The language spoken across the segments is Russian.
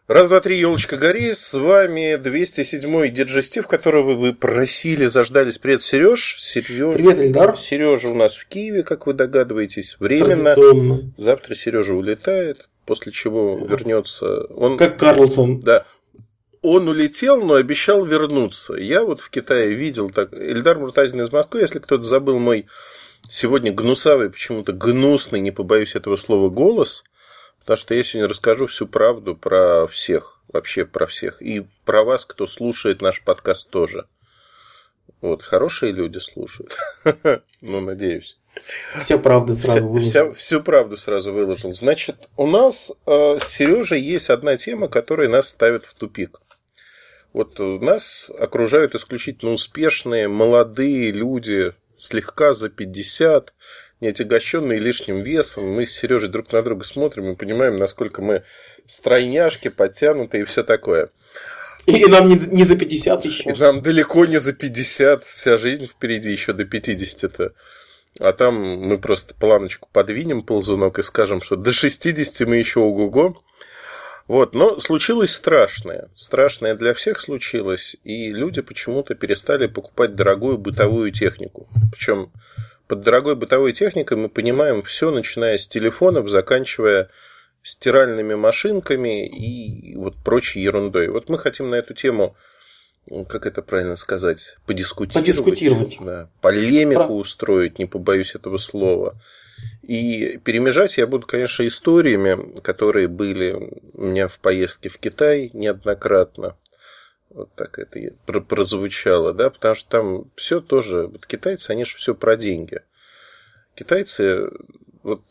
Раз, два, три, елочка гори, с вами 207-й Диджестив, которого вы просили, заждались. Привет, Сереж. Привет, Эльдар. Сережа у нас в Киеве, как вы догадываетесь, временно. Завтра Сережа улетает, после чего вернется. Он... Как Карлсон. Да. Он улетел, но обещал вернуться. Я вот в Китае видел так. Эльдар Муртазин из Москвы, если кто-то забыл мой сегодня гнусавый, почему-то гнусный, не побоюсь этого слова, голос. Потому что я сегодня расскажу всю правду про всех, вообще про всех. И про вас, кто слушает наш подкаст тоже. Вот, хорошие люди слушают. Ну, надеюсь. Вся правда сразу выложил. Всю правду сразу выложил. Значит, у нас с Сережей есть одна тема, которая нас ставит в тупик. Вот нас окружают исключительно успешные, молодые люди, слегка за 50, не отягощенные лишним весом. Мы с Сережей друг на друга смотрим и понимаем, насколько мы стройняшки, подтянутые и все такое. И нам не за 50 еще. И нам далеко не за 50, вся жизнь впереди еще до 50-то. А там мы просто планочку подвинем, ползунок, и скажем, что до 60 мы еще ого-го. Вот, но случилось страшное. Страшное для всех случилось, и люди почему-то перестали покупать дорогую бытовую технику. Причем под дорогой бытовой техникой мы понимаем все, начиная с телефонов, заканчивая стиральными машинками и вот прочей ерундой. Вот мы хотим на эту тему, как это правильно сказать, подискутировать. Да, полемику устроить, не побоюсь этого слова. И перемежать я буду, конечно, историями, которые были у меня в поездке в Китай неоднократно. Вот так это прозвучало, да, потому что там все тоже, вот китайцы, они же все про деньги. Китайцы, вот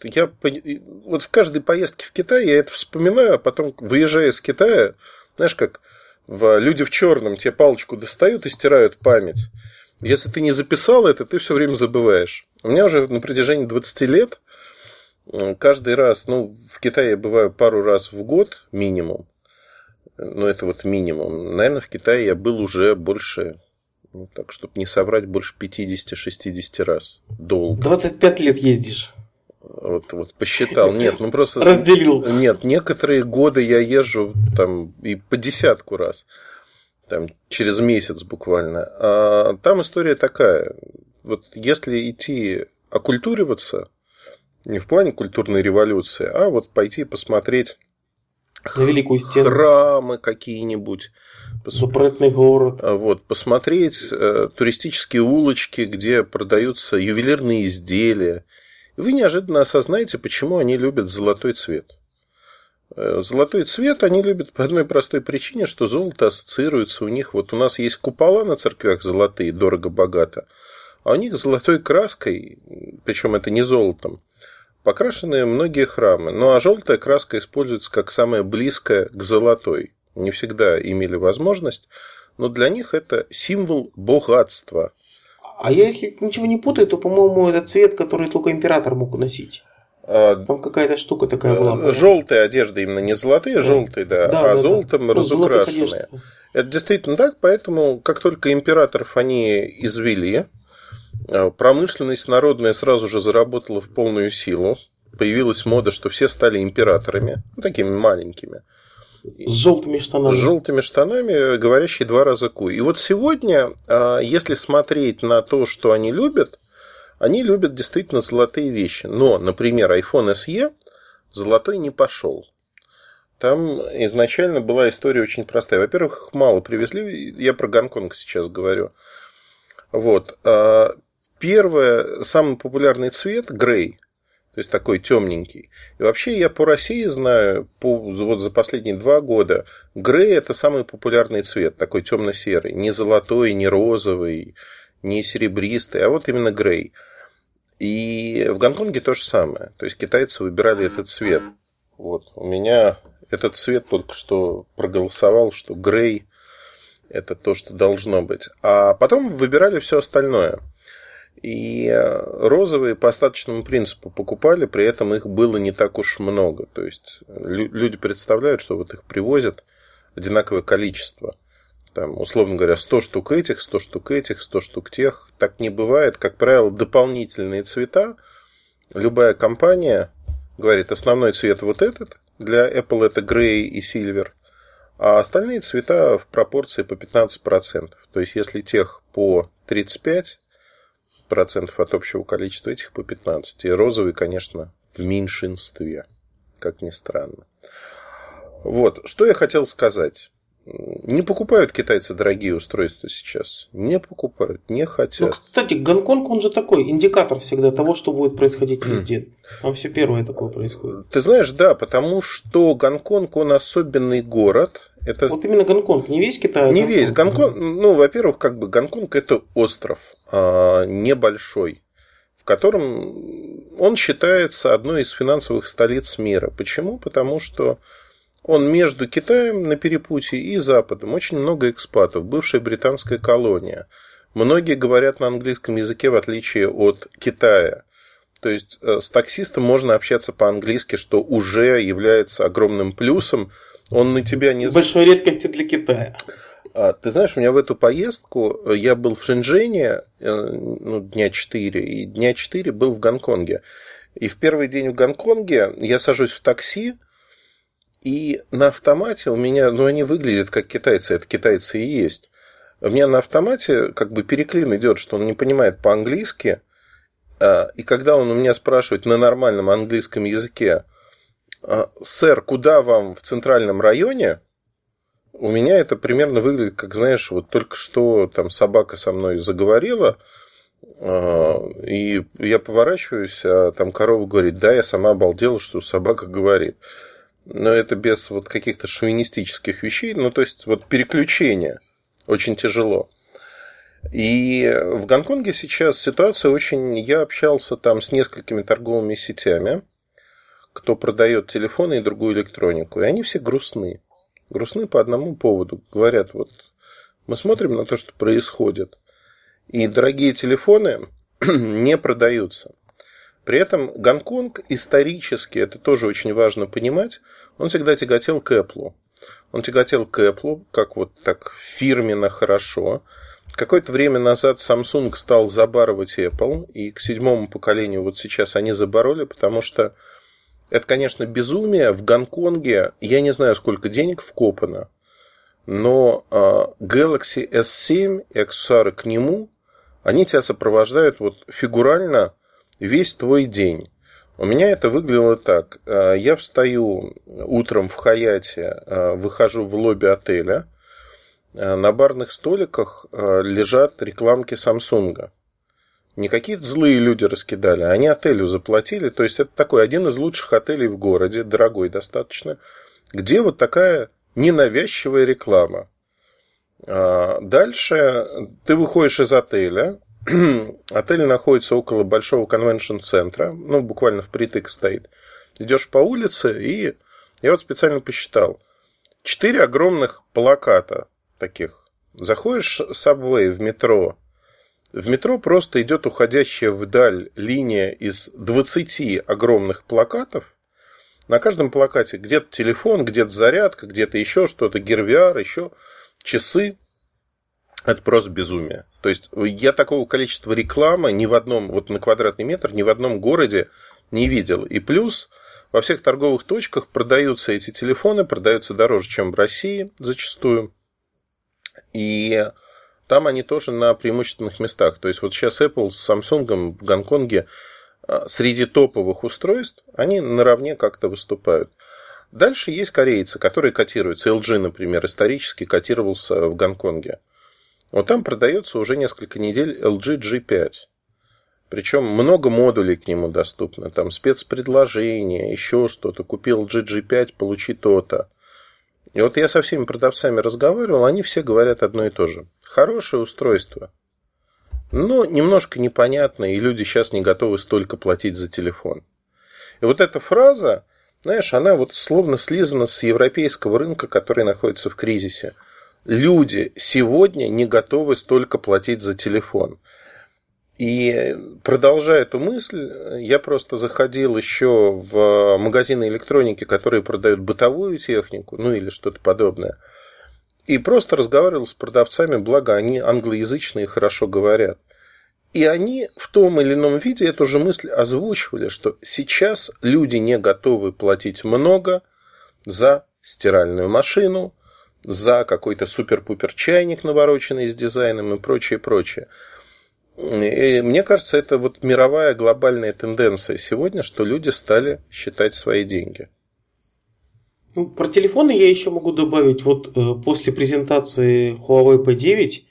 в каждой поездке в Китай я это вспоминаю, а потом, выезжая из Китая, знаешь, как «Люди в черном» тебе палочку достают и стирают память. Если ты не записал это, ты все время забываешь. У меня уже на протяжении 20 лет каждый раз, в Китае я бываю пару раз в год минимум. Это вот минимум. Наверное, в Китае я был уже больше, так, чтобы не соврать, больше 50-60 раз. Долго. 25 лет ездишь. Вот посчитал. Нет, просто... Разделил. Нет, некоторые годы я езжу там и по десятку раз. Там, через месяц буквально. А там история такая. Вот если идти окультуриваться, не в плане культурной революции, а вот пойти посмотреть на Великую Стену, храмы какие-нибудь, запретный город. Вот, посмотреть туристические улочки, где продаются ювелирные изделия. И вы неожиданно осознаете, почему они любят золотой цвет. Золотой цвет они любят по одной простой причине, что золото ассоциируется у них. Вот у нас есть купола на церквях золотые, дорого-богато, а у них золотой краской, причем это не золотом, покрашены многие храмы. Ну а желтая краска используется как самая близкая к золотой. Не всегда имели возможность, но для них это символ богатства. А я, если ничего не путаю, то, по-моему, это цвет, который только император мог носить. Там какая-то штука такая была. Желтая одежда, именно не золотые, желтые, да, золотом разукрашенные. Это действительно так, поэтому как только императоров они извели, промышленность народная сразу же заработала в полную силу. Появилась мода, что все стали императорами, такими маленькими. С желтыми штанами. С желтыми штанами, говорящие два раза куй. И вот сегодня, если смотреть на то, что они любят действительно золотые вещи. Но, например, iPhone SE золотой не пошел. Там изначально была история очень простая. Во-первых, их мало привезли. Я про Гонконг сейчас говорю. Вот. Первый, самый популярный цвет – грей. То есть такой темненький. И вообще я по России знаю, вот за последние 2 года, грей – это самый популярный цвет, такой темно-серый. Не золотой, не розовый, не серебристый, а вот именно грей. И в Гонконге то же самое. То есть китайцы выбирали этот цвет. Вот. У меня этот цвет только что проголосовал, что грей – это то, что должно быть. А потом выбирали все остальное. И розовые по остаточному принципу покупали, при этом их было не так уж много. То есть люди представляют, что вот их привозят одинаковое количество. Там, условно говоря, 100 штук этих, 100 штук этих, 100 штук тех. Так не бывает. Как правило, дополнительные цвета. Любая компания говорит, основной цвет вот этот. Для Apple это Grey и Silver. А остальные цвета в пропорции по 15%. То есть, если тех по 35% от общего количества, этих по 15%. И розовый, конечно, в меньшинстве, как ни странно. Вот, что я хотел сказать. Не покупают китайцы дорогие устройства сейчас. Не покупают, не хотят. Ну, кстати, Гонконг, он же такой, индикатор всегда того, что будет происходить везде. Там все первое такое происходит. Ты знаешь, да, потому что Гонконг, он особенный город. Это... Вот именно Гонконг, не весь Китай. Не весь. Гонконг, ну, во-первых, как бы Гонконг это остров небольшой, в котором он считается одной из финансовых столиц мира. Почему? Потому что он между Китаем на перепутье и Западом. Очень много экспатов. Бывшая британская колония. Многие говорят на английском языке, в отличие от Китая. То есть, с таксистом можно общаться по-английски, что уже является огромным плюсом. Он на тебя не... Большой редкостью для Китая. Ты знаешь, у меня в эту поездку я был в Шэньчжэне дня 4, и дня 4 был в Гонконге. И в первый день в Гонконге я сажусь в такси, и на автомате у меня, они выглядят как китайцы, это китайцы и есть. У меня на автомате как бы переклин идет, что он не понимает по-английски, и когда он у меня спрашивает на нормальном английском языке: «Сэр, куда вам в центральном районе?» У меня это примерно выглядит, как, знаешь, вот только что там собака со мной заговорила, и я поворачиваюсь, а там корова говорит: да, я сама обалдела, что собака говорит. Но это без вот каких-то шовинистических вещей, то есть вот переключение очень тяжело. И в Гонконге сейчас ситуация очень... Я общался там с несколькими торговыми сетями, кто продает телефоны и другую электронику, и они все грустны. Грустны по одному поводу. Говорят, вот мы смотрим на то, что происходит, и дорогие телефоны не продаются. При этом Гонконг исторически, это тоже очень важно понимать, он всегда тяготел к Apple. Он тяготел к Apple, как вот так фирменно хорошо. Какое-то время назад Samsung стал забарывать Apple, и к 7-му поколению вот сейчас они забороли, потому что это, конечно, безумие. В Гонконге, я не знаю, сколько денег вкопано, но Galaxy S7 и аксессуары к нему, они тебя сопровождают вот фигурально весь твой день. У меня это выглядело так. Я встаю утром в Хаяте, выхожу в лобби отеля. На барных столиках лежат рекламки Samsung. Не какие-то злые люди раскидали, они отелю заплатили. То есть, это такой один из лучших отелей в городе, дорогой достаточно, где вот такая ненавязчивая реклама. Дальше ты выходишь из отеля. Отель находится около большого конвеншн-центра, буквально впритык стоит. Идешь по улице, и я вот специально посчитал. 4 огромных плаката таких. Заходишь в Subway, в метро. В метро просто идет уходящая вдаль линия из 20 огромных плакатов. На каждом плакате где-то телефон, где-то зарядка, где-то еще что-то, гирвиар, еще часы. Это просто безумие. То есть, я такого количества рекламы ни в одном, вот на квадратный метр, ни в одном городе не видел. И плюс, во всех торговых точках продаются эти телефоны, продаются дороже, чем в России зачастую. И там они тоже на преимущественных местах. То есть, вот сейчас Apple с Samsung в Гонконге среди топовых устройств, они наравне как-то выступают. Дальше есть корейцы, которые котируются. LG, например, исторически котировался в Гонконге. Вот там продается уже несколько недель LG G5. Причем много модулей к нему доступно. Там спецпредложения, еще что-то. Купил LG G5, получи то-то. И вот я со всеми продавцами разговаривал, они все говорят одно и то же. Хорошее устройство, но немножко непонятно, и люди сейчас не готовы столько платить за телефон. И вот эта фраза, знаешь, она вот словно слизана с европейского рынка, который находится в кризисе. Люди сегодня не готовы столько платить за телефон. И продолжая эту мысль, я просто заходил еще в магазины электроники, которые продают бытовую технику, или что-то подобное. И просто разговаривал с продавцами, благо они англоязычные и хорошо говорят. И они в том или ином виде эту же мысль озвучивали, что сейчас люди не готовы платить много за стиральную машину, за какой-то супер-пупер чайник, навороченный с дизайном и прочее, прочее. И мне кажется, это вот мировая глобальная тенденция сегодня, что люди стали считать свои деньги. Ну, про телефоны я еще могу добавить. Вот после презентации Huawei P9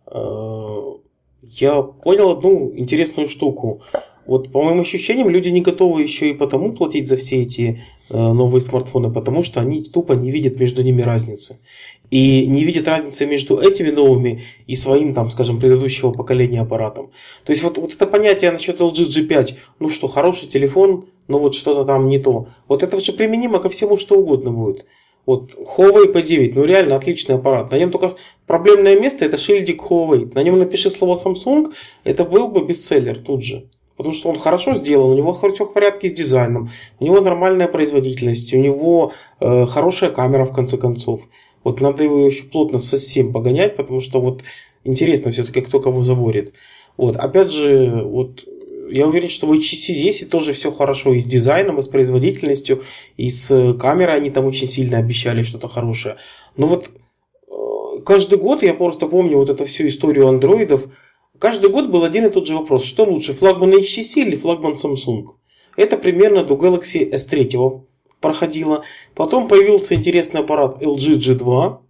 я понял одну интересную штуку. Вот по моим ощущениям, люди не готовы еще и потому платить за все эти новые смартфоны, потому что они тупо не видят между ними разницы. И не видят разницы между этими новыми и своим, там, скажем, предыдущего поколения аппаратом. То есть вот это понятие насчет LG G5, ну что, хороший телефон, но вот что-то там не то. Вот это же применимо ко всему, что угодно будет. Вот Huawei P9, ну реально отличный аппарат. На нем только проблемное место — это шильдик Huawei. На нем напиши слово Samsung, это был бы бестселлер тут же. Потому что он хорошо сделан, у него все в порядке с дизайном, у него нормальная производительность, у него хорошая камера в конце концов. Вот надо его еще плотно совсем погонять, потому что вот интересно все-таки, кто кого заборет. Вот. Опять же, вот я уверен, что в HTC здесь тоже все хорошо и с дизайном, и с производительностью, и с камерой они там очень сильно обещали что-то хорошее. Но вот каждый год, я просто помню вот эту всю историю андроидов, каждый год был один и тот же вопрос. Что лучше, флагман HTC или флагман Samsung? Это примерно до Galaxy S3 проходило. Потом появился интересный аппарат LG G2.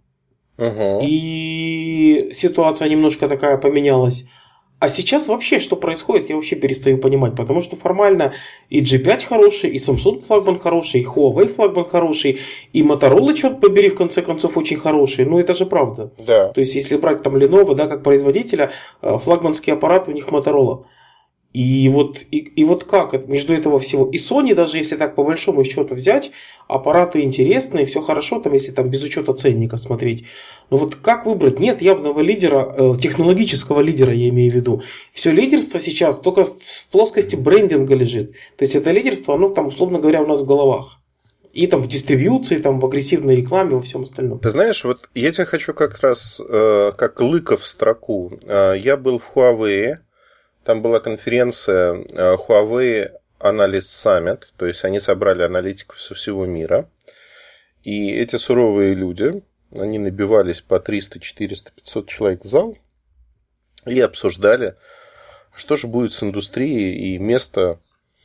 И ситуация немножко такая поменялась. А сейчас вообще что происходит, я вообще перестаю понимать. Потому что формально и G5 хороший, и Samsung флагман хороший, и Huawei флагман хороший, и Motorola, черт побери, в конце концов, очень хороший. Ну, это же правда. Да. То есть, если брать там Lenovo, да, как производителя, флагманский аппарат у них Motorola. И вот как между этого всего. И Sony, даже если так по большому счету взять, аппараты интересные, все хорошо, там, если там без учета ценника смотреть. Но вот как выбрать? Нет явного лидера, технологического лидера, я имею в виду. Все лидерство сейчас только в плоскости брендинга лежит. То есть это лидерство, оно там, условно говоря, у нас в головах. И там в дистрибьюции, там в агрессивной рекламе, во всем остальном. Ты знаешь, вот я тебя хочу как раз, как лыка в строку. Я был в Huawei. Там была конференция Huawei Analyst Summit, то есть они собрали аналитиков со всего мира. И эти суровые люди, они набивались по 300, 400, 500 человек в зал и обсуждали, что же будет с индустрией и место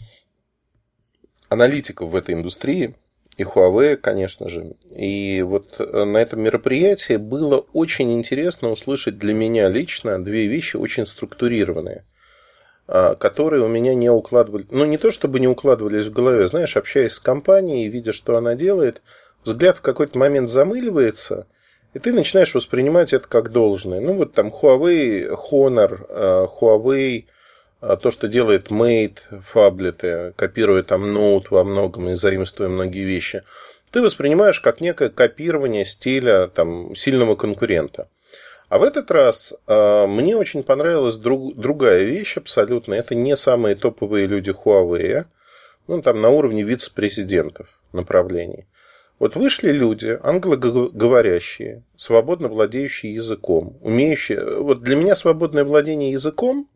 аналитиков в этой индустрии, и Huawei, конечно же. И вот на этом мероприятии было очень интересно услышать для меня лично две вещи очень структурированные, которые у меня не укладывались, ну не то чтобы не укладывались в голове, знаешь, общаясь с компанией, видя, что она делает, взгляд в какой-то момент замыливается, и ты начинаешь воспринимать это как должное. Ну вот там Huawei, Honor, Huawei, то, что делает Mate, фаблеты, копируя там Note во многом и заимствуя многие вещи, ты воспринимаешь как некое копирование стиля там, сильного конкурента. А в этот раз мне очень понравилась другая вещь абсолютно. Это не самые топовые люди Huawei, ну, там на уровне вице-президентов направлений. Вот вышли люди, англоговорящие, свободно владеющие языком, умеющие... Вот для меня свободное владение языком,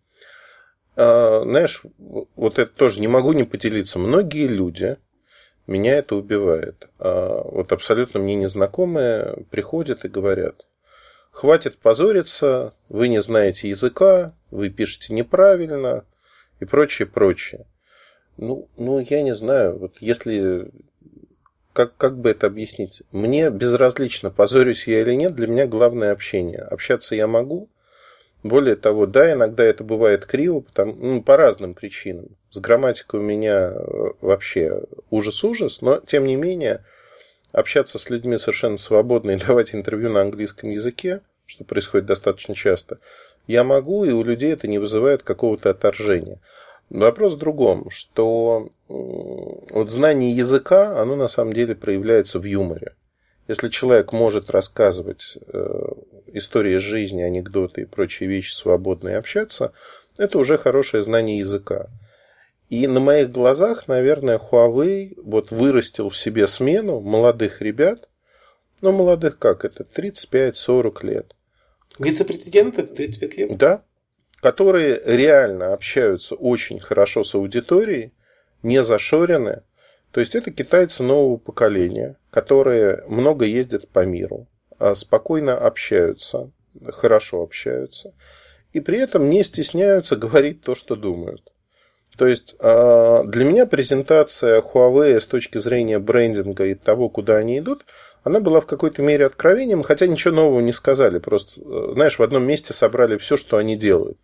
знаешь, вот это тоже не могу не поделиться. Многие люди, меня это убивает. Вот абсолютно мне незнакомые приходят и говорят: хватит позориться, вы не знаете языка, вы пишете неправильно и прочее, прочее. Ну, я не знаю, вот если... Как бы это объяснить? Мне безразлично, позорюсь я или нет, для меня главное общение. Общаться я могу. Более того, да, иногда это бывает криво, по разным причинам. С грамматикой у меня вообще ужас-ужас, но тем не менее... Общаться с людьми совершенно свободно и давать интервью на английском языке, что происходит достаточно часто, я могу, и у людей это не вызывает какого-то отторжения. Вопрос в другом, что вот знание языка, оно на самом деле проявляется в юморе. Если человек может рассказывать истории жизни, анекдоты и прочие вещи свободно и общаться, это уже хорошее знание языка. И на моих глазах, наверное, Huawei вот вырастил в себе смену молодых ребят. Ну, молодых как это? 35-40 лет. Вице-президенты в 35 лет? Да. Которые реально общаются очень хорошо с аудиторией, не зашорены. То есть, это китайцы нового поколения, которые много ездят по миру. спокойно общаются, хорошо общаются, и при этом не стесняются говорить то, что думают. То есть для меня презентация Huawei с точки зрения брендинга и того, куда они идут, она была в какой-то мере откровением, хотя ничего нового не сказали. Просто, знаешь, в одном месте собрали все, что они делают.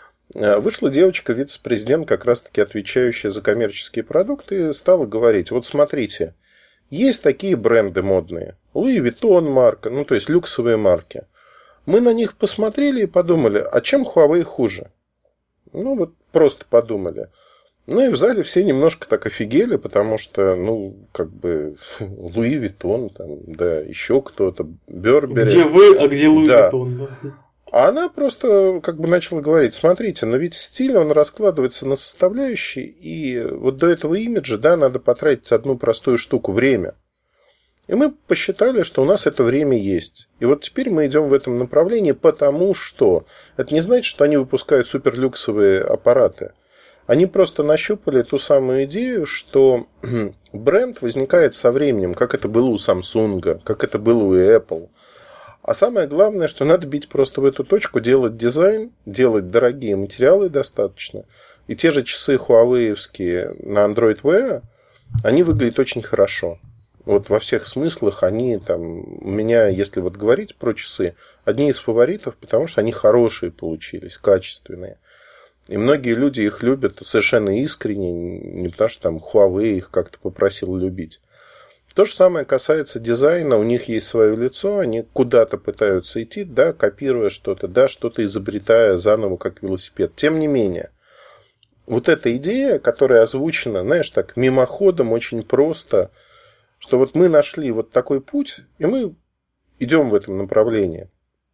Вышла девочка, вице-президент, как раз-таки отвечающая за коммерческие продукты, и стала говорить: вот смотрите, есть такие бренды модные, Louis Vuitton марка, ну то есть люксовые марки. Мы на них посмотрели и подумали, а чем Huawei хуже? Ну вот просто подумали. Ну и в зале все немножко так офигели, потому что, ну, как бы, Луи Виттон, там, да, еще кто-то, Бербери. Где вы, а где Луи Виттон, да. А она просто как бы начала говорить: смотрите, но ведь стиль, он раскладывается на составляющие, и вот до этого имиджа, да, надо потратить одну простую штуку — время. И мы посчитали, что у нас это время есть. И вот теперь мы идем в этом направлении, потому что это не значит, что они выпускают суперлюксовые аппараты. Они просто нащупали ту самую идею, что бренд возникает со временем, как это было у Samsung, как это было у Apple. А самое главное, что надо бить просто в эту точку, делать дизайн, делать дорогие материалы достаточно. И те же часы Huawei-евские на Android Wear, они выглядят очень хорошо. Вот во всех смыслах они там, у меня, если вот говорить про часы, одни из фаворитов, потому что они хорошие получились, качественные. И многие люди их любят совершенно искренне, не потому что там Huawei их как-то попросил любить. То же самое касается дизайна, у них есть свое лицо, они куда-то пытаются идти, да, копируя что-то, да, что-то изобретая заново, как велосипед. Тем не менее, вот эта идея, которая озвучена, знаешь, так мимоходом, очень просто, что вот мы нашли вот такой путь, и мы идем в этом направлении.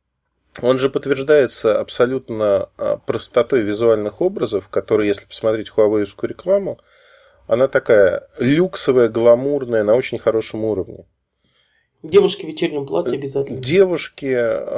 Он же подтверждается абсолютно простотой визуальных образов, которые, если посмотреть хуавеевскую рекламу, она такая люксовая, гламурная, на очень хорошем уровне. Девушки в вечернем платье обязательно. Девушки,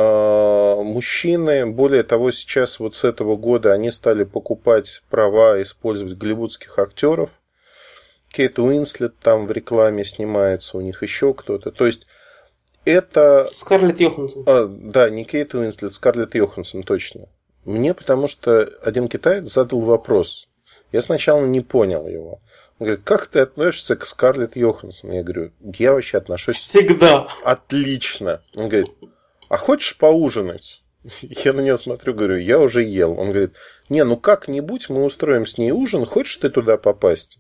мужчины, более того, сейчас вот с этого года они стали покупать права, использовать голливудских актеров. Кейт Уинслет там в рекламе снимается, у них еще кто-то. То есть это... Скарлетт Йоханссон. Да, не Кейт Уинслет, Скарлетт Йоханссон, точно. Мне потому что один китаец задал вопрос. Я сначала не понял его. Он говорит: как ты относишься к Скарлетт Йоханссон? Я говорю: я вообще отношусь... Всегда. Отлично. Он говорит: а хочешь поужинать? Я на него смотрю, говорю: я уже ел. Он говорит: не, ну как-нибудь мы устроим с ней ужин, хочешь ты туда попасть?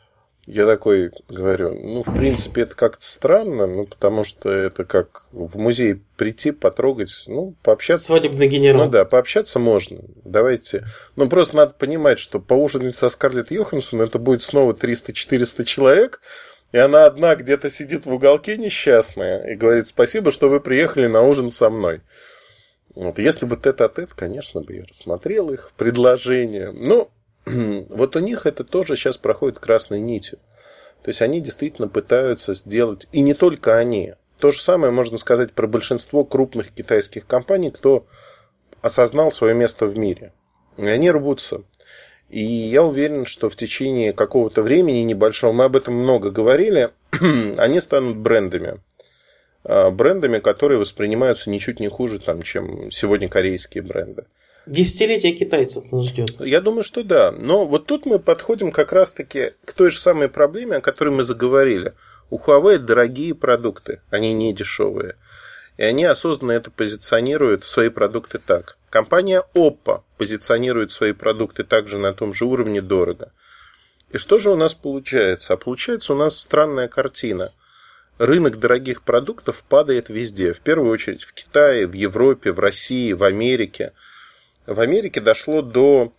Я такой говорю: ну, в принципе, это как-то странно, ну, потому что это как в музей прийти, потрогать, ну, пообщаться. Свадебный генерал. Ну да, пообщаться можно. Давайте. Ну, просто надо понимать, что поужинать со Скарлетт Йоханссон это будет снова 300-400 человек, и она одна где-то сидит в уголке несчастная и говорит: спасибо, что вы приехали на ужин со мной. Вот, если бы тет-а-тет, конечно бы я рассмотрел их предложение. Но вот у них это тоже сейчас проходит красной нитью. То есть они действительно пытаются сделать, и не только они. То же самое можно сказать про большинство крупных китайских компаний, кто осознал свое место в мире. И они рвутся. И я уверен, что в течение какого-то времени небольшого, мы об этом много говорили, они станут брендами. Брендами, которые воспринимаются ничуть не хуже, там, чем сегодня корейские бренды. Десятилетие китайцев нас ждет. Я думаю, что да. Но вот тут мы подходим как раз-таки к той же самой проблеме, о которой мы заговорили. У Huawei дорогие продукты, они не дешевые. И они осознанно это позиционируют, свои продукты так. Компания Oppo позиционирует свои продукты также на том же уровне дорого. И что же у нас получается? А получается у нас странная картина. Рынок дорогих продуктов падает везде. В первую очередь в Китае, в Европе, в России, в Америке. В Америке дошло до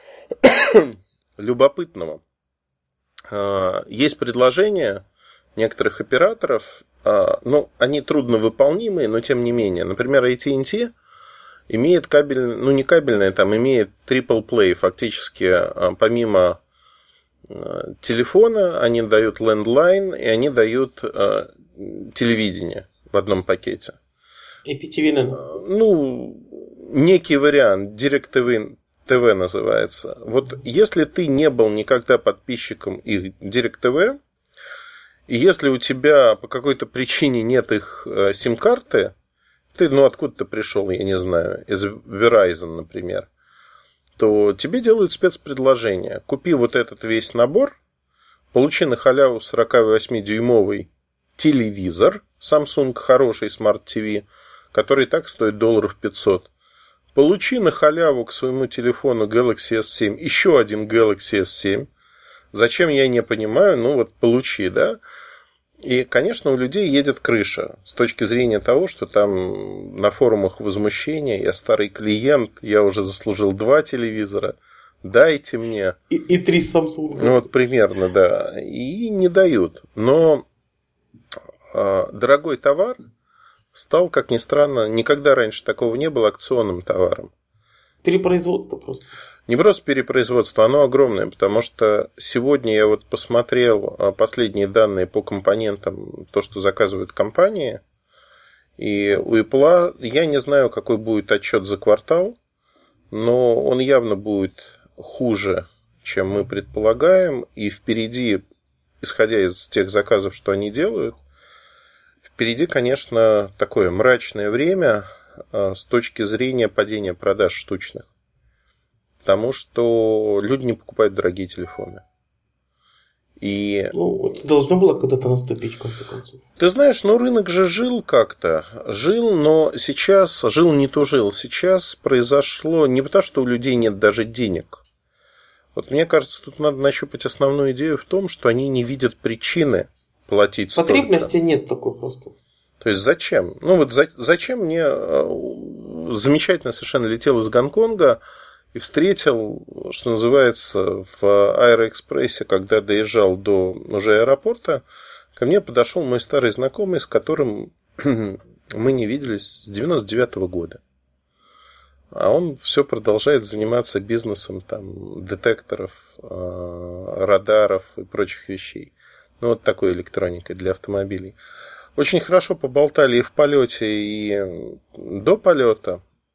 любопытного. Есть предложения некоторых операторов, ну, они трудновыполнимые, но тем не менее. Например, AT&T имеет кабельное, ну, не кабельное, там имеет triple play, фактически, помимо телефона, они дают лендлайн, и они дают телевидение в одном пакете. IPTV, ну, некий вариант, DirecTV TV называется. Вот если ты не был никогда подписчиком их DirecTV, и если у тебя по какой-то причине нет их сим-карты, ты, откуда ты пришел, я не знаю, из Verizon, например, то тебе делают спецпредложение. Купи вот этот весь набор, получи на халяву 48-дюймовый телевизор, Samsung хороший Smart TV, который и так стоит $500. Получи на халяву к своему телефону Galaxy S7 еще один Galaxy S7. Зачем, я не понимаю, получи, да? И, конечно, у людей едет крыша с точки зрения того, что там на форумах возмущения: я старый клиент, я уже заслужил 2 телевизора, дайте мне. И 3 Samsung. Примерно, да. И не дают. Но дорогой товар стал, как ни странно, никогда раньше такого не было, акционным товаром. Перепроизводство просто. Не просто перепроизводство, оно огромное, потому что сегодня я посмотрел последние данные по компонентам, то, что заказывают компании, и у Apple, я не знаю, какой будет отчет за квартал, но он явно будет хуже, чем мы предполагаем, и впереди, исходя из тех заказов, что они делают, впереди, конечно, такое мрачное время с точки зрения падения продаж штучных. Потому что люди не покупают дорогие телефоны. И... это должно было когда-то наступить, в конце концов. Ты знаешь, рынок же жил как-то. Жил, но сейчас... Жил, не тужил. Сейчас произошло не потому, что у людей нет даже денег. Мне кажется, тут надо нащупать основную идею в том, что они не видят причины платить столько. Потребности нет такой просто. То есть зачем? Зачем мне... Замечательно совершенно летел из Гонконга и встретил, что называется, в Аэроэкспрессе, когда доезжал до уже аэропорта, ко мне подошел мой старый знакомый, с которым мы не виделись с 99-го года. А он все продолжает заниматься бизнесом детекторов, радаров и прочих вещей. Такой электроникой для автомобилей. Очень хорошо поболтали и в полете, и до полета.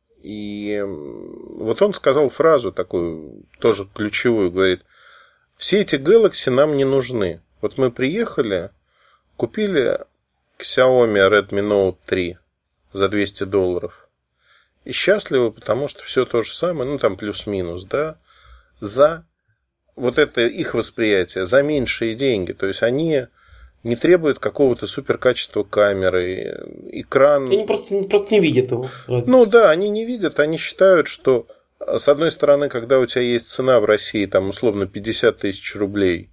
И он сказал фразу такую, тоже ключевую, говорит: все эти Galaxy нам не нужны. Мы приехали, купили Xiaomi Redmi Note 3 за $200. И счастливы, потому что все то же самое, плюс-минус, да, за это их восприятие, за меньшие деньги. То есть они не требуют какого-то суперкачества камеры, экран. Они просто не видят его. Они не видят, они считают, что, с одной стороны, когда у тебя есть цена в России, условно 50 тысяч рублей,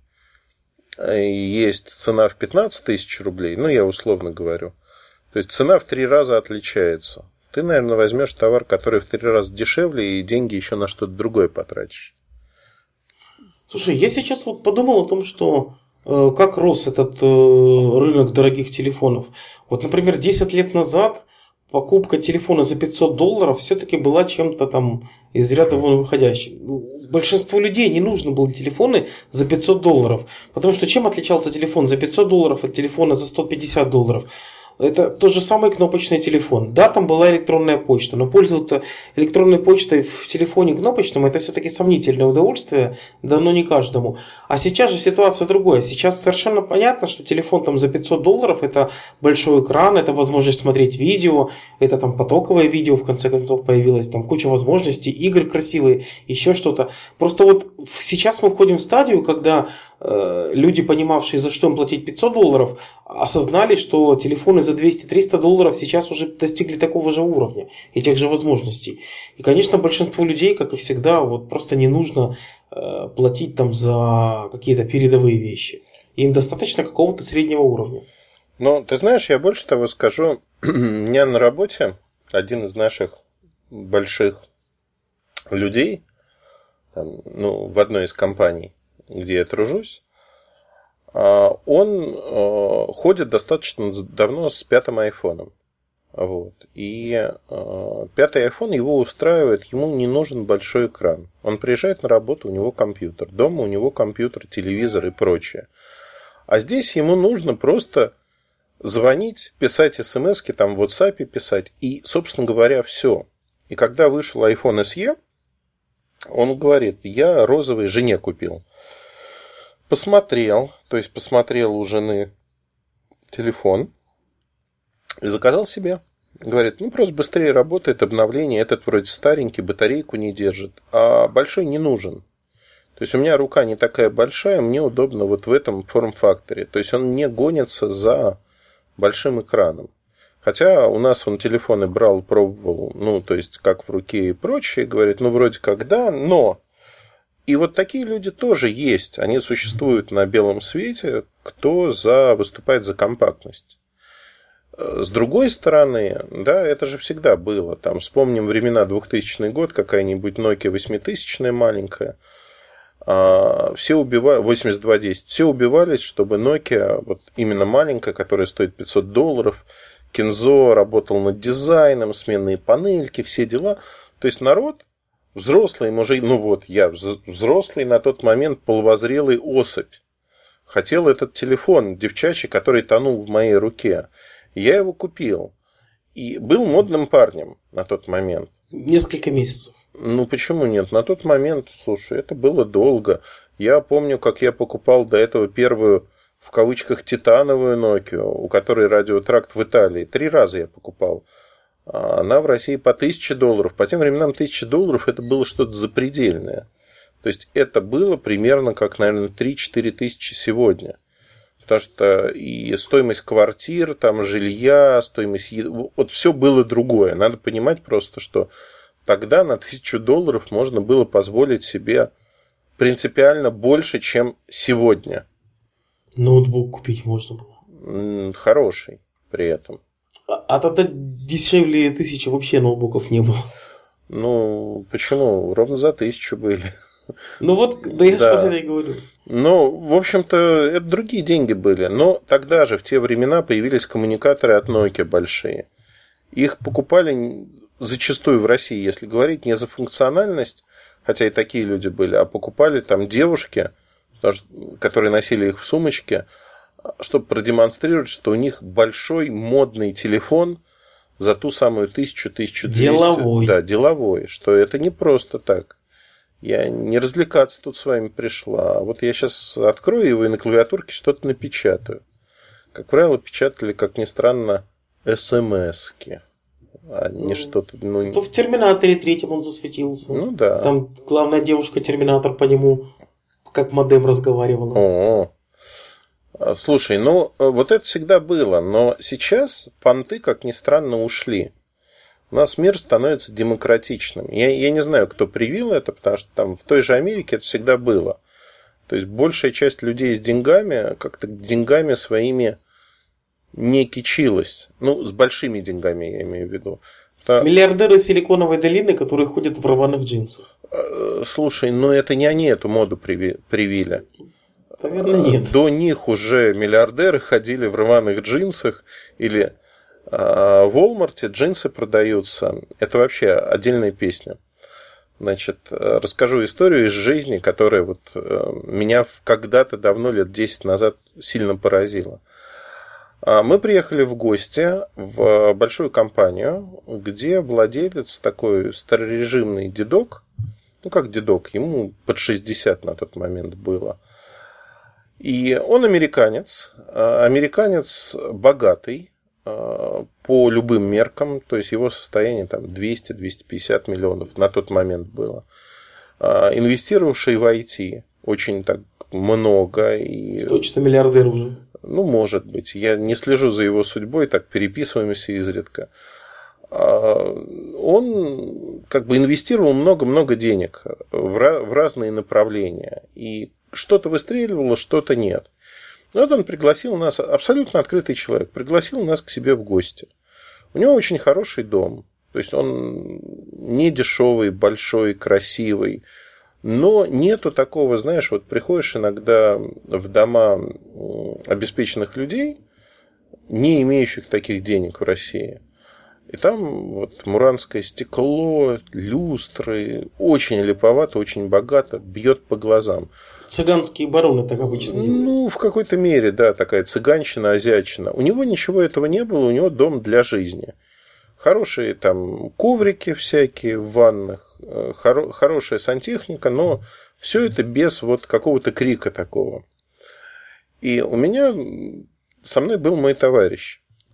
и есть цена в 15 тысяч рублей, я условно говорю, то есть цена в 3 раза отличается. Ты, наверное, возьмешь товар, который в 3 раза дешевле, и деньги еще на что-то другое потратишь. Слушай, я сейчас подумал о том, что как рос этот рынок дорогих телефонов. Например, 10 лет назад покупка телефона за $500 все-таки была чем-то из ряда вон выходящим. Большинству людей не нужны были телефоны за $500. Потому что чем отличался телефон за $500 от телефона за $150? Это тот же самый кнопочный телефон. Да, там была электронная почта, но пользоваться электронной почтой в телефоне кнопочном — это все-таки сомнительное удовольствие, дано не каждому. А сейчас же ситуация другая. Сейчас совершенно понятно, что телефон за $500 — это большой экран, это возможность смотреть видео, это потоковое видео в конце концов появилось, куча возможностей, игры красивые, еще что-то. Просто сейчас мы входим в стадию, когда люди, понимавшие, за что им платить $500, осознали, что телефоны за $200-300 сейчас уже достигли такого же уровня и тех же возможностей. И, конечно, большинству людей, как и всегда, просто не нужно платить за какие-то передовые вещи. Им достаточно какого-то среднего уровня. Ты знаешь, я больше того скажу. У меня на работе один из наших больших людей, в одной из компаний, где я тружусь, он ходит достаточно давно с 5-м айфоном. И 5-й айфон его устраивает, ему не нужен большой экран. Он приезжает на работу, у него компьютер. Дома у него компьютер, телевизор и прочее. А здесь ему нужно просто звонить, писать смс-ки, в WhatsApp писать. И, собственно говоря, все. И когда вышел iPhone SE, он говорит: я розовый жене купил. Посмотрел у жены телефон и заказал себе. Говорит, ну просто быстрее работает обновление, этот вроде старенький, батарейку не держит, а большой не нужен. То есть у меня рука не такая большая, мне удобно вот в этом форм-факторе. То есть он не гонится за большим экраном. Хотя у нас он телефоны брал, пробовал, ну, то есть как в руке и прочее, говорит, ну, вроде как да, но... И вот такие люди тоже есть. Они существуют на белом свете, кто выступает за компактность. С другой стороны, да, это же всегда было. Там, вспомним времена 2000 год, какая-нибудь Nokia 8000 маленькая. Все убивали, 8210, все убивались, чтобы Nokia, вот именно маленькая, которая стоит $500, Кензо работал над дизайном, сменные панельки, все дела. То есть народ, взрослый, ну вот я взрослый на тот момент полувозрелый особь, хотел этот телефон девчачий, который тонул в моей руке. Я его купил. И был модным парнем на тот момент. Несколько месяцев. Ну, почему нет? На тот момент, слушай, это было долго. Я помню, как я покупал до этого первую, в кавычках, титановую Nokia, у которой радиотракт в Италии. 3 раза я покупал. А она в России по $1000. По тем временам $1000 это было что-то запредельное. То есть это было примерно как, наверное, 3-4 тысячи сегодня. Потому что и стоимость квартир, там, жилья, стоимость... Вот все было другое. Надо понимать просто, что тогда на $1000 можно было позволить себе принципиально больше, чем сегодня. Ноутбук купить можно было. Хороший при этом. А тогда дешевле 1000 вообще ноутбуков не было. Ну, почему? Ровно за 1000 были. Ну вот, да я что и говорю. Ну, в общем-то, это другие деньги были. Но тогда же, в те времена, появились коммуникаторы от Nokia большие. Их покупали зачастую в России, если говорить, не за функциональность, хотя и такие люди были, а покупали там девушки, которые носили их в сумочке, чтобы продемонстрировать, что у них большой модный телефон за ту самую 1000-1200. Деловой. Да, деловой, что это не просто так. Я не развлекаться тут с вами пришла. Вот я сейчас открою его и на клавиатурке что-то напечатаю. Как правило, печатали, как ни странно, смс-ки. А не что-то... То в Терминаторе 3 он засветился. Ну да. Там главная девушка Терминатор по нему как модем разговаривала. О-о-о. Слушай, ну вот это всегда было. Но сейчас понты, как ни странно, ушли. У нас мир становится демократичным. Я не знаю, кто привил это, потому что там в той же Америке это всегда было. То есть большая часть людей с деньгами как-то деньгами своими не кичилась. Ну, с большими деньгами я имею в виду. Миллиардеры Силиконовой долины, которые ходят в рваных джинсах. Слушай, ну это не они эту моду привили. Наверное, нет. До них уже миллиардеры ходили в рваных джинсах или... В Walmart джинсы продаются. Это вообще отдельная песня. Значит, расскажу историю из жизни, которая вот меня когда-то давно, лет 10 назад, сильно поразила. Мы приехали в гости в большую компанию, где владелец такой старорежимный дедок, ну как дедок, ему под 60 на тот момент было. И он американец богатый, по любым меркам, то есть его состояние там 200-250 миллионов на тот момент было. Инвестировавший в IT очень так много. И... Точно миллиардер уже. Ну, может быть. Я не слежу за его судьбой, так переписываемся изредка. Он как бы инвестировал много-много денег в разные направления. И что-то выстреливало, что-то нет. Вот он пригласил нас, абсолютно открытый человек, пригласил нас к себе в гости. У него очень хороший дом. То есть он не дешевый, большой, красивый. Но нету такого, знаешь, вот приходишь иногда в дома обеспеченных людей, не имеющих таких денег в России. И там вот муранское стекло, люстры, очень липовато, очень богато, бьет по глазам. Цыганские бароны так обычно делают. Ну, в какой-то мере, да, такая цыганщина, азиатчина. У него ничего этого не было, у него дом для жизни. Хорошие там коврики всякие в ваннах, хорошая сантехника, но все это без вот какого-то крика такого. И со мной был мой товарищ.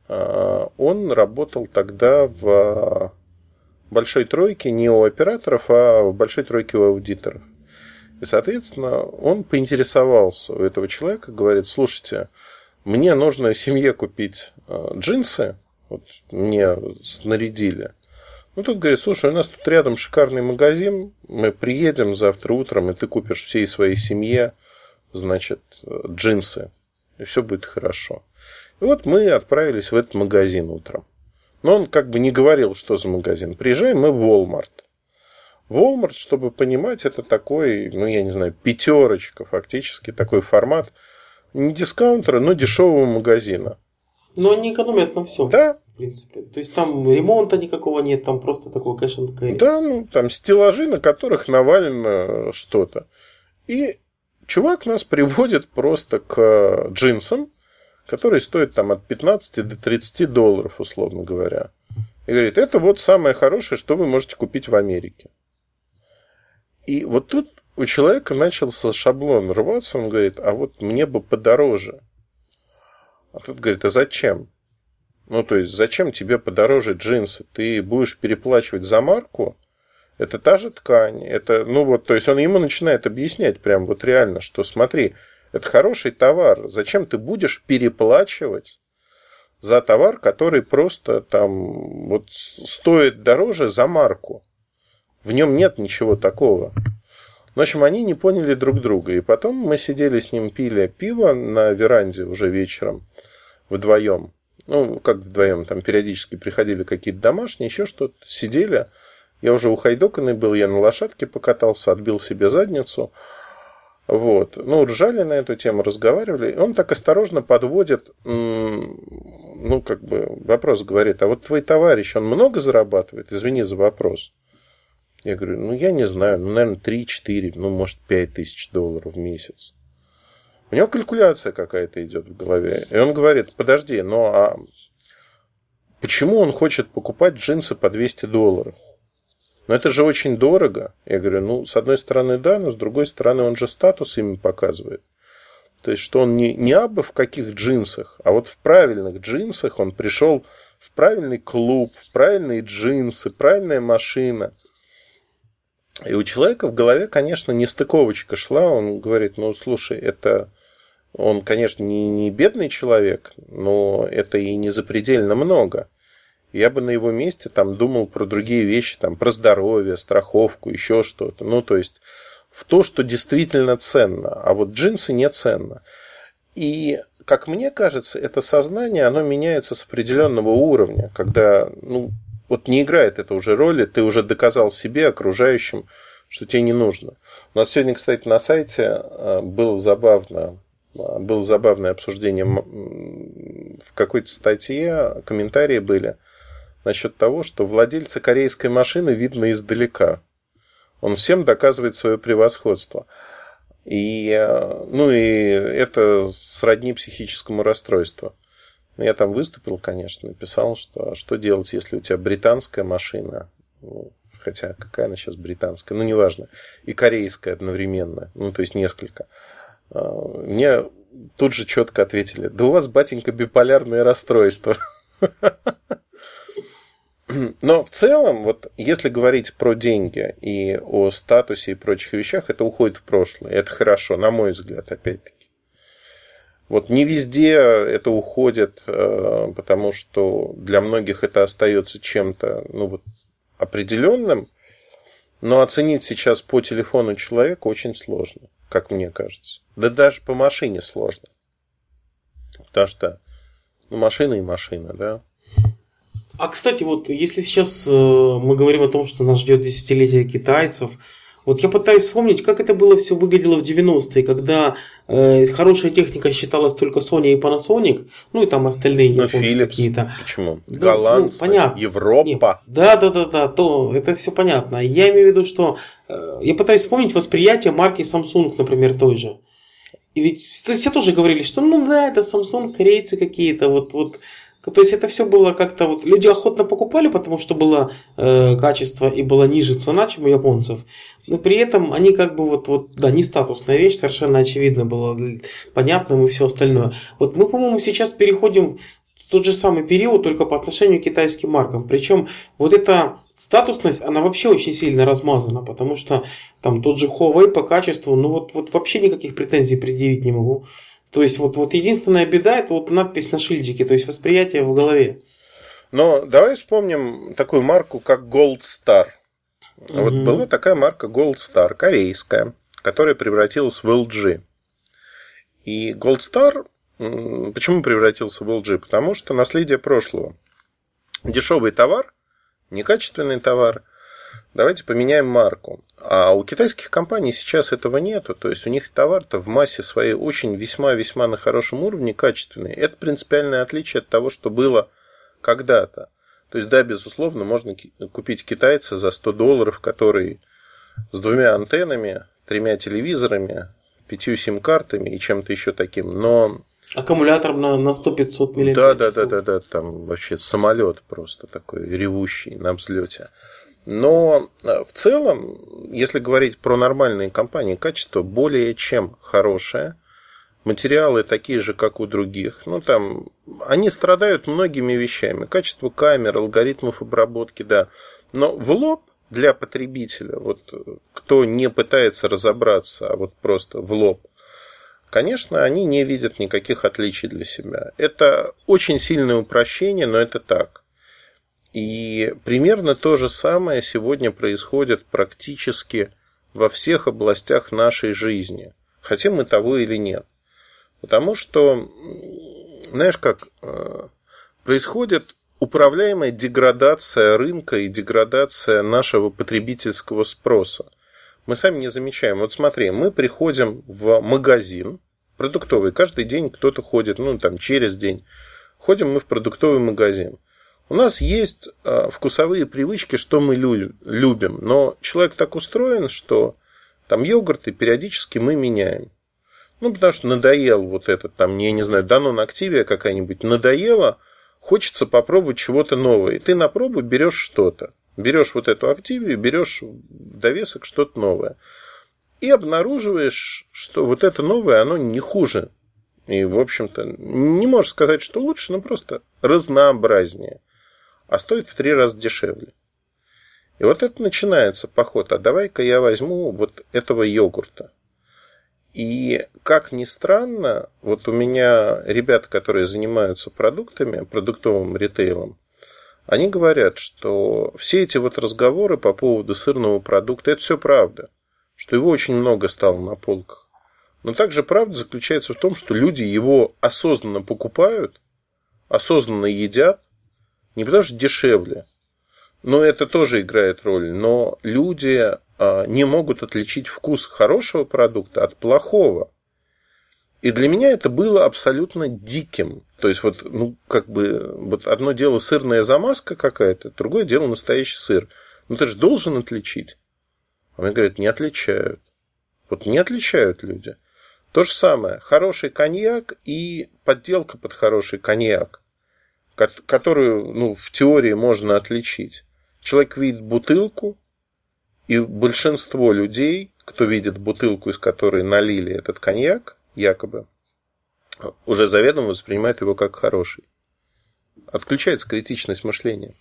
он работал тогда в большой тройке не у операторов, а в большой тройке у аудиторов. И, соответственно, он поинтересовался у этого человека, говорит: слушайте, мне нужно семье купить джинсы, вот мне снарядили. Ну, тут говорит: слушай, у нас тут рядом шикарный магазин, мы приедем завтра утром, и ты купишь всей своей семье, значит, джинсы, и все будет хорошо. И вот мы отправились в этот магазин утром. Но он как бы не говорил, что за магазин. Приезжаем мы в Walmart. Walmart, чтобы понимать, это такой, ну, я не знаю, пятерочка фактически, такой формат. Не дискаунтера, но дешевого магазина. Но они экономят на всем. Да. В принципе. То есть там ремонта никакого нет, там просто такой кэш энд кэрри. Да, ну, там стеллажи, на которых навалено что-то. И чувак нас приводит просто к джинсам, которые стоят там от 15 до 30 долларов, условно говоря. И говорит: это вот самое хорошее, что вы можете купить в Америке. И вот тут у человека начался шаблон рваться. Он говорит: а вот мне бы подороже. А тут говорит: а зачем? Ну, то есть, зачем тебе подороже джинсы? Ты будешь переплачивать за марку? Это та же ткань. Это, ну вот, то есть, он ему начинает объяснять прям вот реально, что смотри, это хороший товар. Зачем ты будешь переплачивать за товар, который просто там вот стоит дороже за марку? В нем нет ничего такого. В общем, они не поняли друг друга. И потом мы сидели с ним, пили пиво на веранде уже вечером вдвоем. Ну, как вдвоем, там периодически приходили какие-то домашние, еще что-то. Сидели. Я уже ухайдоканный был, я на лошадке покатался, отбил себе задницу. Вот. Ну, ржали на эту тему, разговаривали. И он так осторожно подводит, ну, как бы, вопрос, говорит: а вот твой товарищ, он много зарабатывает? Извини за вопрос. Я говорю: ну, я не знаю, ну, наверное, 3-4, ну, может, 5 тысяч долларов в месяц. У него калькуляция какая-то идет в голове. И он говорит: подожди, ну, а почему он хочет покупать джинсы по 200 долларов? Ну, это же очень дорого. Я говорю: ну, с одной стороны, да, но с другой стороны, он же статус ими показывает. То есть, что он не абы в каких джинсах, а вот в правильных джинсах он пришел в правильный клуб, в правильные джинсы, правильная машина. И у человека в голове, конечно, нестыковочка шла. Он говорит: ну, слушай, это... Он, конечно, не бедный человек, но это и не запредельно много. Я бы на его месте там думал про другие вещи, там, про здоровье, страховку, еще что-то. Ну, то есть, в то, что действительно ценно. А вот джинсы не ценно. И, как мне кажется, это сознание, оно меняется с определенного уровня, когда, ну, вот не играет это уже роли, ты уже доказал себе, окружающим, что тебе не нужно. У нас сегодня, кстати, на сайте было забавное обсуждение. В какой-то статье комментарии были насчет того, что владельца корейской машины видно издалека. Он всем доказывает свое превосходство. И, ну, и это сродни психическому расстройству. Я там выступил, конечно, написал, что делать, если у тебя британская машина, ну, хотя какая она сейчас британская, ну, неважно, и корейская одновременно, ну, то есть несколько. Мне тут же четко ответили: да у вас, батенька, биполярное расстройство. Но в целом, вот если говорить про деньги и о статусе и прочих вещах, это уходит в прошлое. Это хорошо, на мой взгляд, опять-таки. Вот не везде это уходит, потому что для многих это остается чем-то, ну, вот, определенным. Но оценить сейчас по телефону человека очень сложно, как мне кажется. Да даже по машине сложно. Потому что, ну, машина и машина, да. А, кстати, вот если сейчас мы говорим о том, что нас ждет десятилетие китайцев, вот я пытаюсь вспомнить, как это было все выглядело в 90-е, когда хорошая техника считалась только Sony и Panasonic, ну и там остальные японцы какие-то. Почему? Голландцы, Европа. Нет, да, то это все понятно. Я имею в виду, что я пытаюсь вспомнить восприятие марки Samsung, например, той же. И ведь все тоже говорили, что ну да, это Samsung, корейцы какие-то, вот. То есть это все было как-то вот люди охотно покупали, потому что было качество и была ниже цена, чем у японцев. Но при этом они как бы вот да, не статусная вещь, совершенно очевидно было, понятно и все остальное. Вот мы, по-моему, сейчас переходим тот же самый период, только по отношению к китайским маркам. Причем вот эта статусность, она вообще очень сильно размазана, потому что там тот же Huawei по качеству, ну вот вообще никаких претензий предъявить не могу. То есть вот единственная беда, это вот надпись на шильдике, то есть восприятие в голове. Но давай вспомним такую марку, как Gold Star. Вот была такая марка Gold Star, корейская, которая превратилась в LG. И Gold Star, почему превратился в LG? Потому что наследие прошлого. Дешевый товар, некачественный товар. Давайте поменяем марку. А у китайских компаний сейчас этого нету. То есть у них товар-то в массе своей очень весьма-весьма на хорошем уровне, качественный. Это принципиальное отличие от того, что было когда-то. То есть, да, безусловно, можно купить китайца за $100, который с 2 антеннами, 3 телевизорами, 5 сим-картами и чем-то еще таким. Но аккумулятор на 100-500 мАч. Да, там вообще самолет просто такой ревущий на взлете. Но в целом, если говорить про нормальные компании, качество более чем хорошее. Материалы такие же, как у других. Ну, там, они страдают многими вещами. Качество камер, алгоритмов обработки, да. Но в лоб для потребителя, вот кто не пытается разобраться, а вот просто в лоб, конечно, они не видят никаких отличий для себя. Это очень сильное упрощение, но это так. И примерно то же самое сегодня происходит практически во всех областях нашей жизни. Хотим мы того или нет. Потому что, знаешь, как происходит управляемая деградация рынка и деградация нашего потребительского спроса. Мы сами не замечаем. Вот смотри, мы приходим в магазин продуктовый. Каждый день кто-то ходит, через день. Ходим мы в продуктовый магазин. У нас есть вкусовые привычки, что мы любим. Но человек так устроен, что там йогурты периодически мы меняем. Потому что надоел вот этот, Danone Activia какая-нибудь надоела, хочется попробовать чего-то новое. И ты на пробу берешь что-то. Берешь вот эту Activia, берешь в довесок что-то новое. И обнаруживаешь, что вот это новое, оно не хуже. И, в общем-то, не можешь сказать, что лучше, но просто разнообразнее. А стоит в 3 раза дешевле. И вот это начинается поход. А давай-ка я возьму вот этого йогурта. И, как ни странно, вот у меня ребята, которые занимаются продуктами, продуктовым ритейлом, они говорят, что все эти вот разговоры по поводу сырного продукта, это все правда, что его очень много стало на полках. Но также правда заключается в том, что люди его осознанно покупают, осознанно едят, не потому что дешевле, но это тоже играет роль, но люди не могут отличить вкус хорошего продукта от плохого. И для меня это было абсолютно диким. То есть, вот одно дело сырная замазка какая-то, другое дело настоящий сыр. Ты же должен отличить. А мне говорят, не отличают. Вот не отличают люди. То же самое. Хороший коньяк и подделка под хороший коньяк, которую, в теории можно отличить. Человек видит бутылку, и большинство людей, кто видит бутылку, из которой налили этот коньяк, якобы, уже заведомо воспринимает его как хороший. Отключается критичность мышления.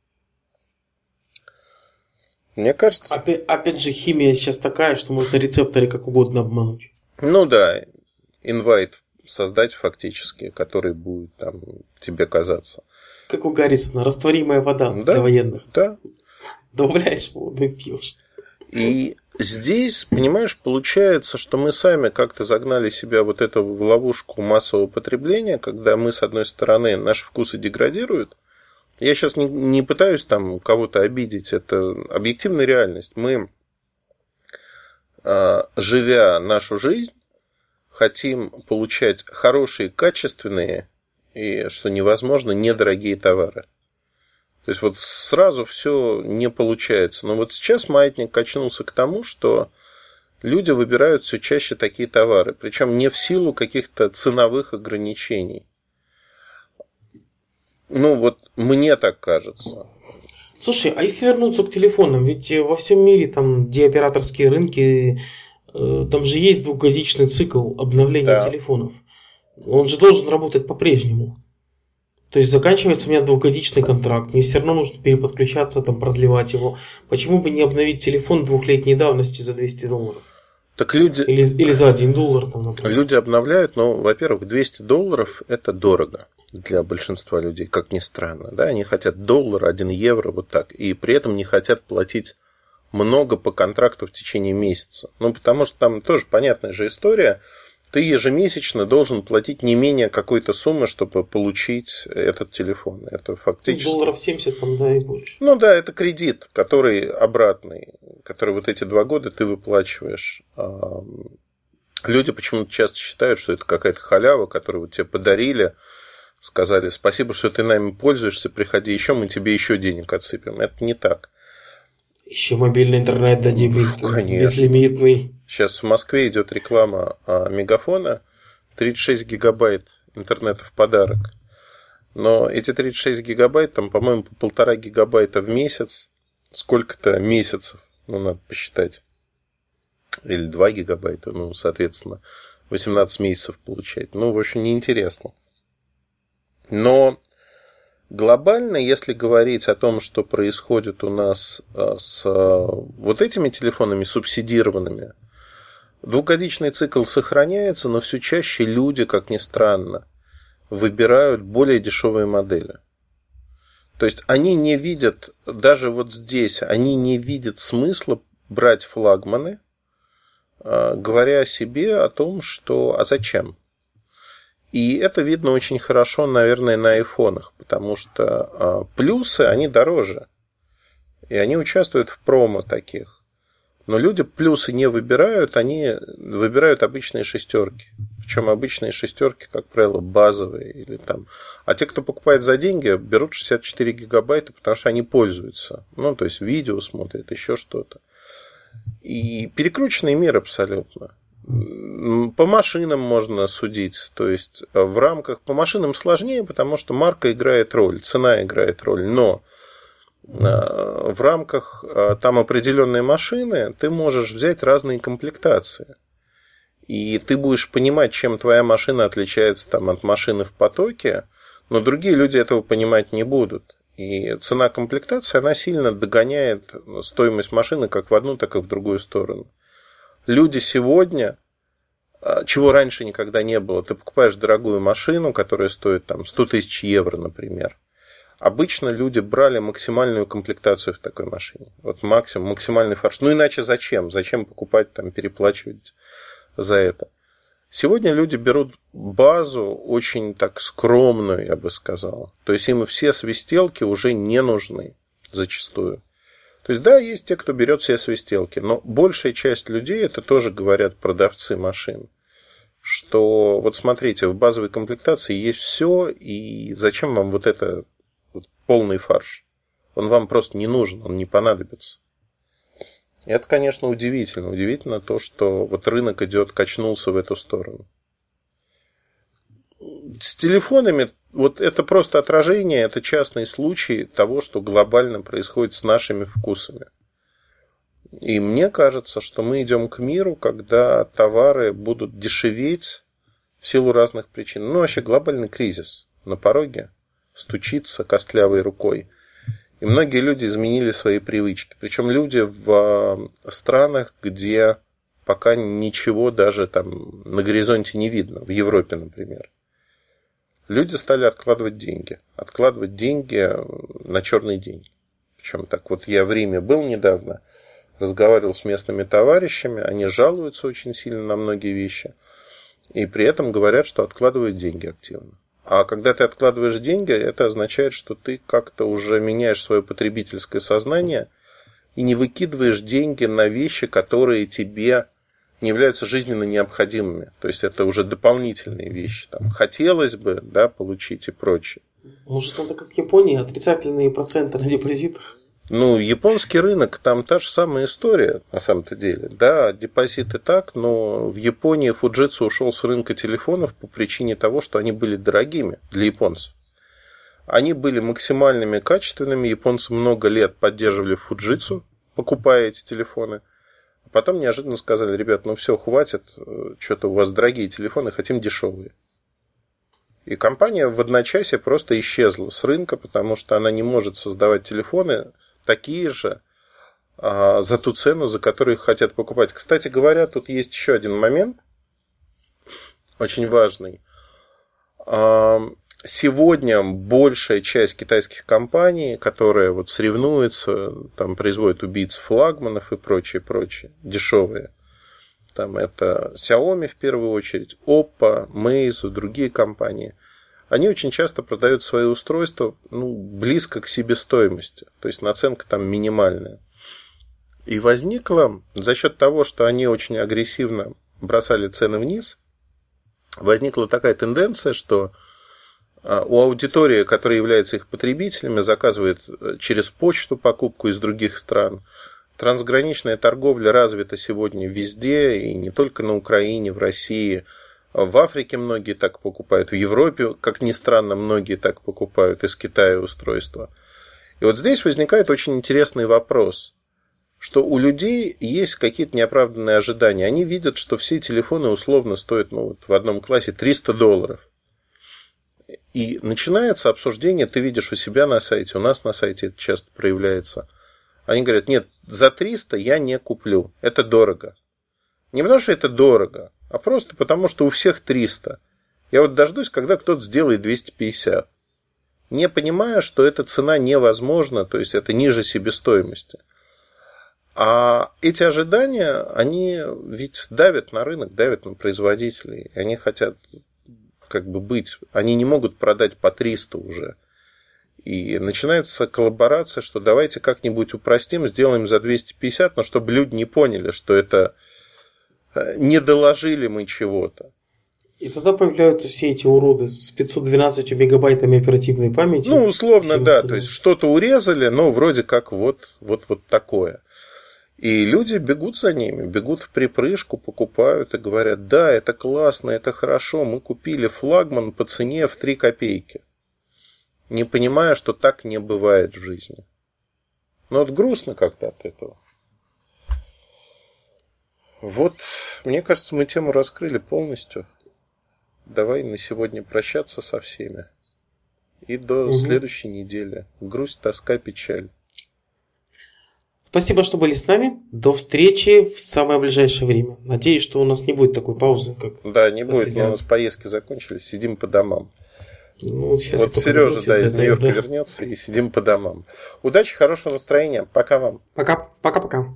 Мне кажется... Опять же, химия сейчас такая, что можно рецепторы как угодно обмануть. Да, инвайт создать фактически, который будет тебе казаться. Как у Гаррисона, растворимая вода для военных. Да. Добавляешь воду и пьешь. И здесь, понимаешь, получается, что мы сами как-то загнали себя вот это в ловушку массового потребления, когда мы, с одной стороны, наши вкусы деградируют. Я сейчас не пытаюсь кого-то обидеть, это объективная реальность. Мы, живя нашу жизнь, хотим получать хорошие, качественные и, что невозможно, недорогие товары. То есть, вот сразу все не получается. Но вот сейчас маятник качнулся к тому, что люди выбирают все чаще такие товары. Причем не в силу каких-то ценовых ограничений. Мне так кажется. Слушай, а если вернуться к телефонам? Ведь во всем мире где операторские рынки, там же есть 2-годичный цикл обновления телефонов. Он же должен работать по-прежнему. То есть заканчивается у меня 2-годичный контракт, мне все равно нужно переподключаться, там, продлевать его. Почему бы не обновить телефон 2-летней давности за $200? Так люди... Или за $1, там, например. Люди обновляют, но, во-первых, $200 это дорого для большинства людей, как ни странно. Да? Они хотят $1, 1 евро, вот так. И при этом не хотят платить много по контракту в течение месяца. Ну, потому что там тоже понятная же история. Ты ежемесячно должен платить не менее какой-то суммы, чтобы получить этот телефон. Это фактически... $70, там, да, и больше. Ну да, это кредит, который обратный, который вот эти 2 года ты выплачиваешь. Люди почему-то часто считают, что это какая-то халява, которую вот тебе подарили, сказали: спасибо, что ты нами пользуешься, приходи еще, мы тебе еще денег отсыпем. Это не так. Еще мобильный интернет дадим, безлимитный. Сейчас в Москве идет реклама Мегафона, 36 гигабайт интернета в подарок. Но эти 36 гигабайт, там, по-моему, по 1,5 гигабайта в месяц, сколько-то месяцев, ну, надо посчитать, или 2 гигабайта, ну, соответственно, 18 месяцев получать. Ну, в общем, неинтересно. Но глобально, если говорить о том, что происходит у нас с вот этими телефонами субсидированными, 2-годичный цикл сохраняется, но все чаще люди, как ни странно, выбирают более дешевые модели. То есть они не видят, даже вот здесь, они не видят смысла брать флагманы, говоря себе о том, что а зачем? И это видно очень хорошо, наверное, на айфонах, потому что плюсы, они дороже. И они участвуют в промо таких. Но люди плюсы не выбирают, они выбирают обычные шестерки. Причем обычные шестерки, как правило, базовые. Или там. А те, кто покупает за деньги, берут 64 гигабайта, потому что они пользуются. Ну, то есть видео смотрят, еще что-то. И перекрученный мир абсолютно. По машинам можно судить. То есть в рамках... По машинам сложнее, потому что марка играет роль, цена играет роль. Но в рамках там определенной машины ты можешь взять разные комплектации. И ты будешь понимать, чем твоя машина отличается там, от машины в потоке, но другие люди этого понимать не будут. И цена комплектации, она сильно догоняет стоимость машины как в одну, так и в другую сторону. Люди сегодня, чего раньше никогда не было, ты покупаешь дорогую машину, которая стоит там, 100 тысяч евро, например. Обычно люди брали максимальную комплектацию в такой машине. Вот максимум, максимальный фарш. Ну иначе зачем? Зачем покупать, там, переплачивать за это? Сегодня люди берут базу очень так скромную, я бы сказал. То есть им все свистелки уже не нужны зачастую. То есть да, есть те, кто берет все свистелки, но большая часть людей, это тоже говорят продавцы машин, что вот смотрите, в базовой комплектации есть все, и зачем вам вот это вот полный фарш? Он вам просто не нужен, он не понадобится. Это, конечно, удивительно. Удивительно то, что вот рынок идет, качнулся в эту сторону. С телефонами, вот это просто отражение, это частный случай того, что глобально происходит с нашими вкусами. И мне кажется, что мы идем к миру, когда товары будут дешеветь в силу разных причин. Ну, вообще глобальный кризис на пороге стучится костлявой рукой. И многие люди изменили свои привычки. Причем люди в странах, где пока ничего даже там на горизонте не видно. В Европе, например. Люди стали откладывать деньги. Откладывать деньги на черный день. Причем так вот я в Риме был недавно, разговаривал с местными товарищами. Они жалуются очень сильно на многие вещи. И при этом говорят, что откладывают деньги активно. А когда ты откладываешь деньги, это означает, что ты как-то уже меняешь свое потребительское сознание и не выкидываешь деньги на вещи, которые тебе не являются жизненно необходимыми. То есть это уже дополнительные вещи. Там, хотелось бы, да, получить и прочее. Может, это как в Японии, отрицательные проценты на депозитах? Ну, японский рынок, там та же самая история, на самом-то деле. Да, депозиты так, но в Японии Fujitsu ушел с рынка телефонов по причине того, что они были дорогими для японцев. Они были максимальными качественными, японцы много лет поддерживали Fujitsu, покупая эти телефоны. А потом неожиданно сказали: ребят, ну все, хватит, что-то у вас дорогие телефоны, хотим дешевые. И компания в одночасье просто исчезла с рынка, потому что она не может создавать телефоны такие же за ту цену, за которую их хотят покупать. Кстати говоря, тут есть еще один момент, очень важный. Сегодня большая часть китайских компаний, которые вот соревнуются, там производят убийц флагманов и прочее, дешевые. Там это Xiaomi в первую очередь, Oppo, Meizu, другие компании. Они очень часто продают свои устройства близко к себестоимости. То есть наценка там минимальная. И возникло за счет того, что они очень агрессивно бросали цены вниз, возникла такая тенденция, что у аудитории, которая является их потребителями, заказывает через почту покупку из других стран. Трансграничная торговля развита сегодня везде, и не только на Украине, в России. В Африке многие так покупают, в Европе, как ни странно, многие так покупают из Китая устройства. И вот здесь возникает очень интересный вопрос, что у людей есть какие-то неоправданные ожидания. Они видят, что все телефоны условно стоят в одном классе $300. И начинается обсуждение, ты видишь у себя на сайте, у нас на сайте это часто проявляется. Они говорят, нет, за 300 я не куплю, это дорого. Не потому что это дорого, а просто потому что у всех 300. Я вот дождусь, когда кто-то сделает 250. Не понимая, что эта цена невозможна, то есть это ниже себестоимости. А эти ожидания, они ведь давят на рынок, давят на производителей. И они хотят быть, они не могут продать по 300 уже. И начинается коллаборация, что давайте как-нибудь упростим, сделаем за 250, но чтобы люди не поняли, что это не доложили мы чего-то. И тогда появляются все эти уроды с 512 мегабайтами оперативной памяти. Условно, да, то есть что-то урезали, но вроде как вот такое. И люди бегут за ними, бегут в припрыжку, покупают и говорят, да, это классно, это хорошо, мы купили флагман по цене в 3 копейки. Не понимая, что так не бывает в жизни. Но вот грустно как-то от этого. Вот, мне кажется, мы тему раскрыли полностью. Давай на сегодня прощаться со всеми. И до следующей недели. Грусть, тоска, печаль. Спасибо, что были с нами. До встречи в самое ближайшее время. Надеюсь, что у нас не будет такой паузы, как... Да, не будет, но у нас поездки закончились, сидим по домам. Вот Сережа, из Нью-Йорка вернется, и сидим по домам. Удачи, хорошего настроения. Пока вам. Пока-пока.